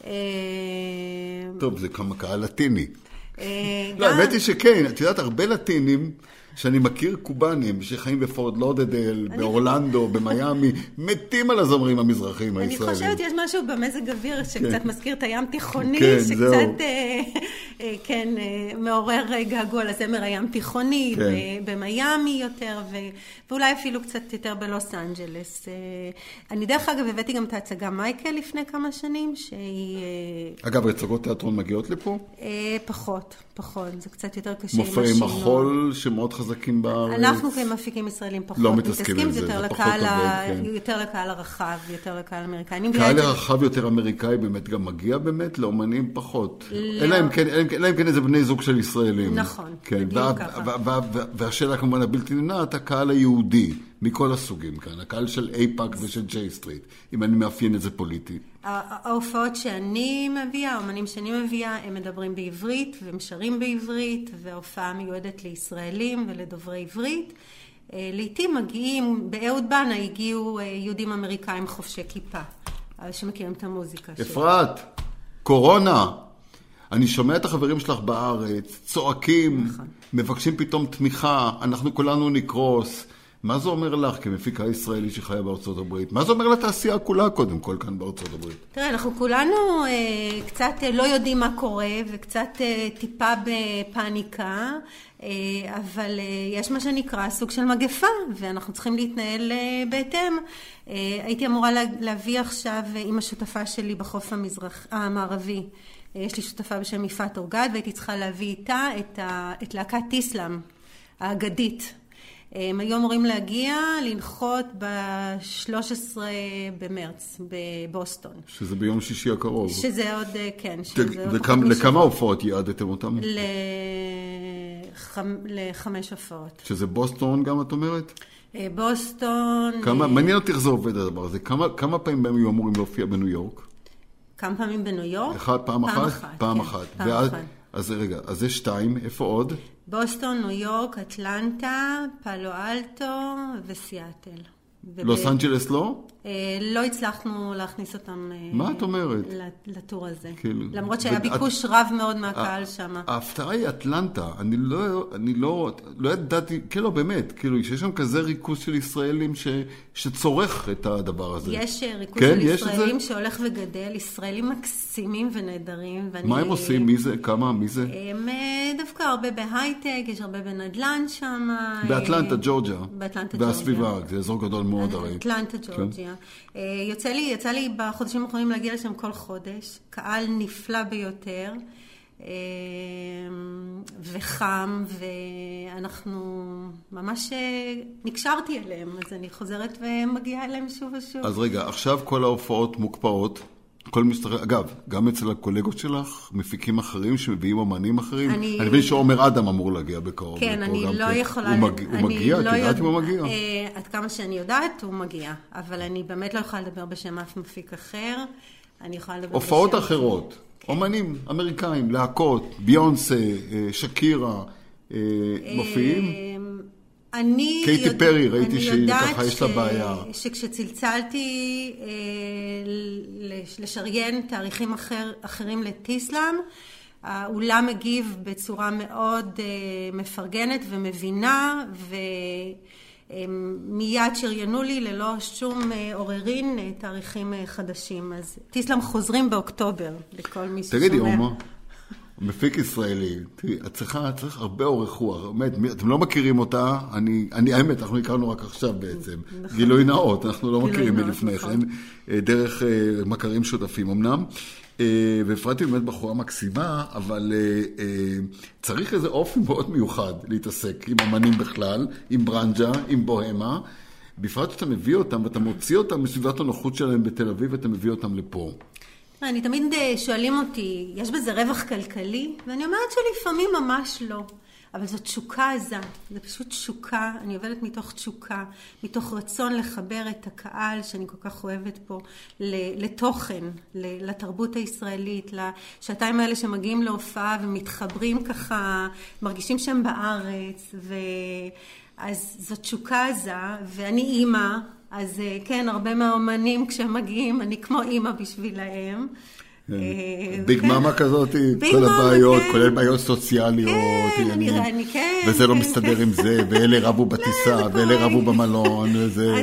טוב, זה כמה קהל לטיני. לא, האמת היא שכן, את יודעת, הרבה לטינים שאני מכיר קובנים שחיים בפורט לודדל, באורלנדו, במיאמי, מתים על הזמרים המזרחים הישראלים. אני חושבת, יש משהו במזג אוויר שקצת מזכיר את הים תיכוני, שקצת, כן, מעורר געגוע לזמר הים תיכוני, במיאמי יותר, ואולי אפילו קצת יותר בלוס אנג'לס. אני דרך אגב הבאתי גם את ההצגה מייקל לפני כמה שנים, שהיא... אגב, הצגות תיאטרון מגיעות לפה? פחות, זה קצת יותר קשה. מופעי מחול שמאוד חזקים בארץ. אנחנו כמפיקים ישראלים פחות לא מתעסקים עם זה, זה פחות עובד. יותר לקהל הרחב, יותר לקהל האמריקאי. קהל הרחב יותר אמריקאי באמת גם מגיע באמת לאומנים פחות. אלא אם כן איזה בני זוג של ישראלים. נכון, בדיוק ככה. והשאלה כמובן הבלתי נמנעת, הקהל היהודי, מכל הסוגים כאן, הקהל של אייפאק ושל ג'יי סטריט, אם אני מאפיין את זה פוליטי. ההופעות שאני מביאה, האמנים שאני מביאה, הם מדברים בעברית ומשרים בעברית, וההופעה מיועדת לישראלים ולדוברי עברית. לעתים מגיעים, באהוד בנאי הגיעו יהודים אמריקאים חובשי כיפה, שמכירים את המוזיקה. אפרת, קורונה. אני שומע את החברים שלך בארץ, צועקים, מבקשים פתאום תמיכה, אנחנו כולנו נקרוס. מה זה אומר לך כמפיקה ישראלית שחיה בארצות הברית? מה זה אומר לתעשייה כולה קודם כל כאן בארצות הברית? תראה, אנחנו כולנו קצת לא יודעים מה קורה וקצת טיפה בפאניקה, אבל יש מה שנקרא סוג של מגפה ואנחנו צריכים להתנהל בהתאם. הייתי אמורה להביא עכשיו עם השותפה שלי בחוף המערבי. יש לי שותפה בשם יפעת אורגד והייתי צריכה להביא איתה את להקת טיסלאם האגדית. הם היו אמורים להגיע, לנחות ב-13 במרץ בבוסטון. שזה ביום שישי הקרוב. שזה עוד, כן. לכמה הופעות יעדתם אותם? ל5 הופעות. שזה בוסטון גם, את אומרת? בוסטון. מעניין אותי איך זה עובד הדבר הזה. כמה פעמים בהם היו אמורים להופיע בניו יורק? כמה פעמים בניו יורק? פעם אחת. אז רגע, אז זה 2, איפה עוד? בוסטון, ניו יורק, אטלנטה, פאלו אלטו וסיאטל. לוס אנג'לס לא? לא הצלחנו להכניס אותם מה את אומרת? לטור הזה. כאילו. למרות שהיה ביקוש רב מאוד מהקהל שם. ההפתעה היא אטלנטה. אני לא ידעתי, כאילו באמת, כאילו שיש שם כזה ריכוז של ישראלים שצורך את הדבר הזה. יש ריכוז של ישראלים שהולך וגדל, ישראלים מקסימים ונהדרים. מה הם עושים? מי זה? כמה? מי זה? הם דווקא הרבה בהייטק, יש הרבה בנדל"ן שם. באטלנטה, ג'ורג'יה. באטלנטה, ג'ורג'יה. והסביבה, זה אזור גדול מאוד הרי. אטלנטה, ג'ורג'יה. יצא לי בחודשים האחרונים להגיע לשם כל חודש. קהל נפלא ביותר. וחם, ואנחנו ממש נקשרתי אליהם, אז אני חוזרת ומגיעה אליהם שוב ושוב. אז רגע, עכשיו כל ההופעות מוקפאות, אגב, גם אצל הקולגות שלך, מפיקים אחרים שמביאים אומנים אחרים, אני מבין שעומר אדם אמור להגיע בקרוב. כן, אני לא יכולה... הוא מגיע? את יודעת אם הוא מגיע? עד כמה שאני יודעת, הוא מגיע, אבל אני באמת לא יכולה לדבר בשם אף מפיק אחר, אני יכולה לדבר בשם... הופעות אחרות. אומנים אמריקאים, להקות, ביונסה, שקירה, מופיעים? קייטי פרי, ראיתי שהיא ככה יש לה בעיה. אני יודעת שכשצלצלתי לשריין תאריכים אחרים לטיסלאם, האולם מגיב בצורה מאוד מפרגנת ומבינה, מיד שריינו לי ללא שום עוררין תאריכים חדשים. אז טיסלאם חוזרים באוקטובר לכל מי ששומע. תגידי, אומה, מפיק ישראלי, צריך הרבה אורך רוח. אתם לא מכירים אותה, האמת, אנחנו הכרנו רק עכשיו בעצם. גילוי נאות, אנחנו לא מכירים מלפני כן, דרך מכרים שותפים אמנם. והפרעתי באמת בחורה מקסימה, אבל צריך איזה אופי מאוד מיוחד להתעסק עם אמנים בכלל, עם ברנג'ה, עם בוהמה, בפרט שאתה מביא אותם ואתה מוציא אותם מסביבת הנוחות שלהם בתל אביב ואתה מביא אותם לפה. אני תמיד שואלים אותי, יש בזה רווח כלכלי? ואני אומרת שלפעמים ממש לא. אבל זאת תשוקה עזה, זה פשוט תשוקה, אני עובדת מתוך תשוקה, מתוך רצון לחבר את הקהל שאני כל כך אוהבת פה לתוכן, לתרבות הישראלית, לשעתיים האלה שמגיעים להופעה ומתחברים ככה, מרגישים שהם בארץ, אז זאת תשוקה עזה, ואני אימא, אז כן, הרבה מהאומנים כשהם מגיעים, אני כמו אימא בשבילהם. ביג מאמה כזאת, כל הבעיות, כולל בעיות סוציאליות, וזה לא מסתדר עם זה, ואלה רבו בטיסה, ואלה רבו במלון, וזה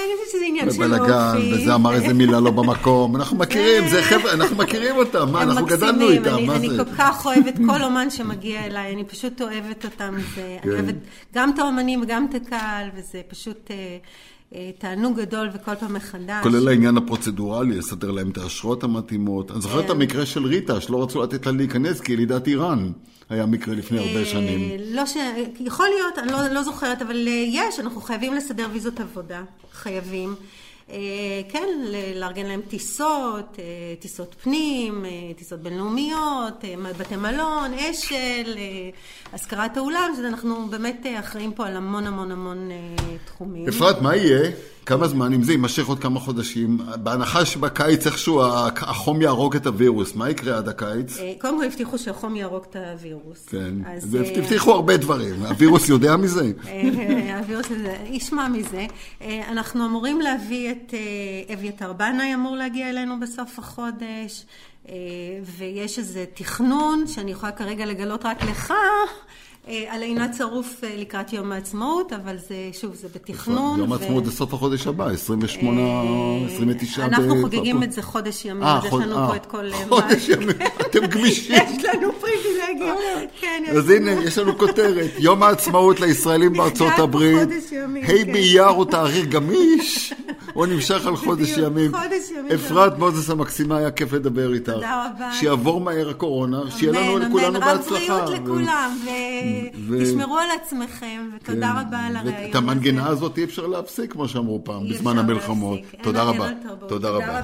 בלגן, וזה אמר איזה מילה לא במקום. אנחנו מכירים, זה חבר'ה, אנחנו מכירים אותם, מה, אנחנו גדלנו איתם, מה זה? אני כל כך אוהבת כל אומן שמגיע אליי, אני פשוט אוהבת אותם, אני אוהבת גם את האומנים וגם את הקהל, וזה פשוט... תענוג גדול וכל פעם מחדש. כולל העניין הפרוצדורלי, לסדר להם את האשרות המתאימות. אני זוכרת את המקרה של ריטה, שלא רצו לתת לה להיכנס, כי ילידת איראן היה מקרה לפני הרבה שנים. יכול להיות, אני לא זוכרת, אבל יש, אנחנו חייבים לסדר ויזות עבודה. חייבים. כן, לארגן להם טיסות, טיסות פנים, טיסות בינלאומיות, בתי מלון, אשל, הזכרת האולם, שאנחנו באמת אחראים פה על המון המון המון תחומים. אפרת, מה יהיה? כמה זמן? אם זה יימשך עוד כמה חודשים, בהנחה שבקיץ איכשהו החום יהרוג את הווירוס, מה יקרה עד הקיץ? קודם כל הבטיחו שהחום יהרוג את הווירוס. כן, הבטיחו הרבה דברים. הווירוס יודע מזה? הווירוס ישמע מזה. אנחנו אמורים להביא את אביתר בנאי, אמור להגיע אלינו בסוף החודש, ויש איזה תכנון שאני יכולה כרגע לגלות רק לך, על עינת צרוף לקראת יום העצמאות, אבל זה, שוב, זה בתכנון. יום העצמאות זה סוף החודש הבא, 29 אנחנו חוגגים את זה חודש ימים, אז יש לנו פה את כל... חודש ימים, אתם גמישים. יש לנו פריבילגיה. אז הנה, יש לנו כותרת, יום העצמאות לישראלים בארצות הברית. ה' באייר הוא תאריך גמיש, הוא נמשך על חודש ימים. אפרת מוזס המקסימה, היה כיף לדבר איתך. תודה רבה. שיעבור מהר הקורונה, שיהיה לנו לכולנו בהצלחה. רב בריאות לכולם, תשמרו על עצמכם, ותודה רבה על הרעיון. את המנגינה הזאת אי אפשר להפסיק, כמו שאמרו פעם, בזמן המלחמות. תודה רבה. תודה רבה.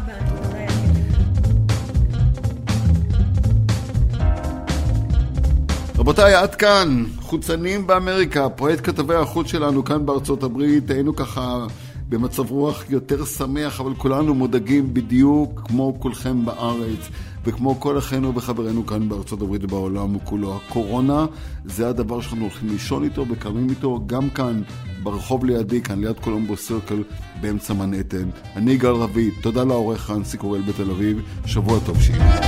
רבותיי, עד כאן, חוצנים באמריקה, פרויקט כתבי החוץ שלנו כאן בארצות הברית, היינו ככה במצב רוח יותר שמח, אבל כולנו מודאגים בדיוק כמו כולכם בארץ. וכמו כל אחינו וחברינו כאן בארצות הברית ובעולם וכולו, הקורונה זה הדבר שאנחנו הולכים לישון איתו וקמים איתו, גם כאן ברחוב לידי, כאן ליד קולומבו סירקל באמצע מנהטן. אני גל רביד, תודה לעורך רנסי קורל בתל אביב, שבוע טוב שיהיה.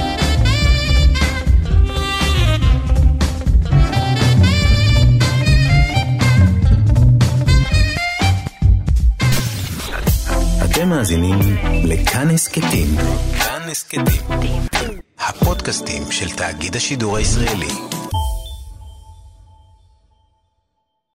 אתם מאזינים לכאן הסכתים. כאן הסכתים, הפודקאסטים של תאגיד השידור הישראלי.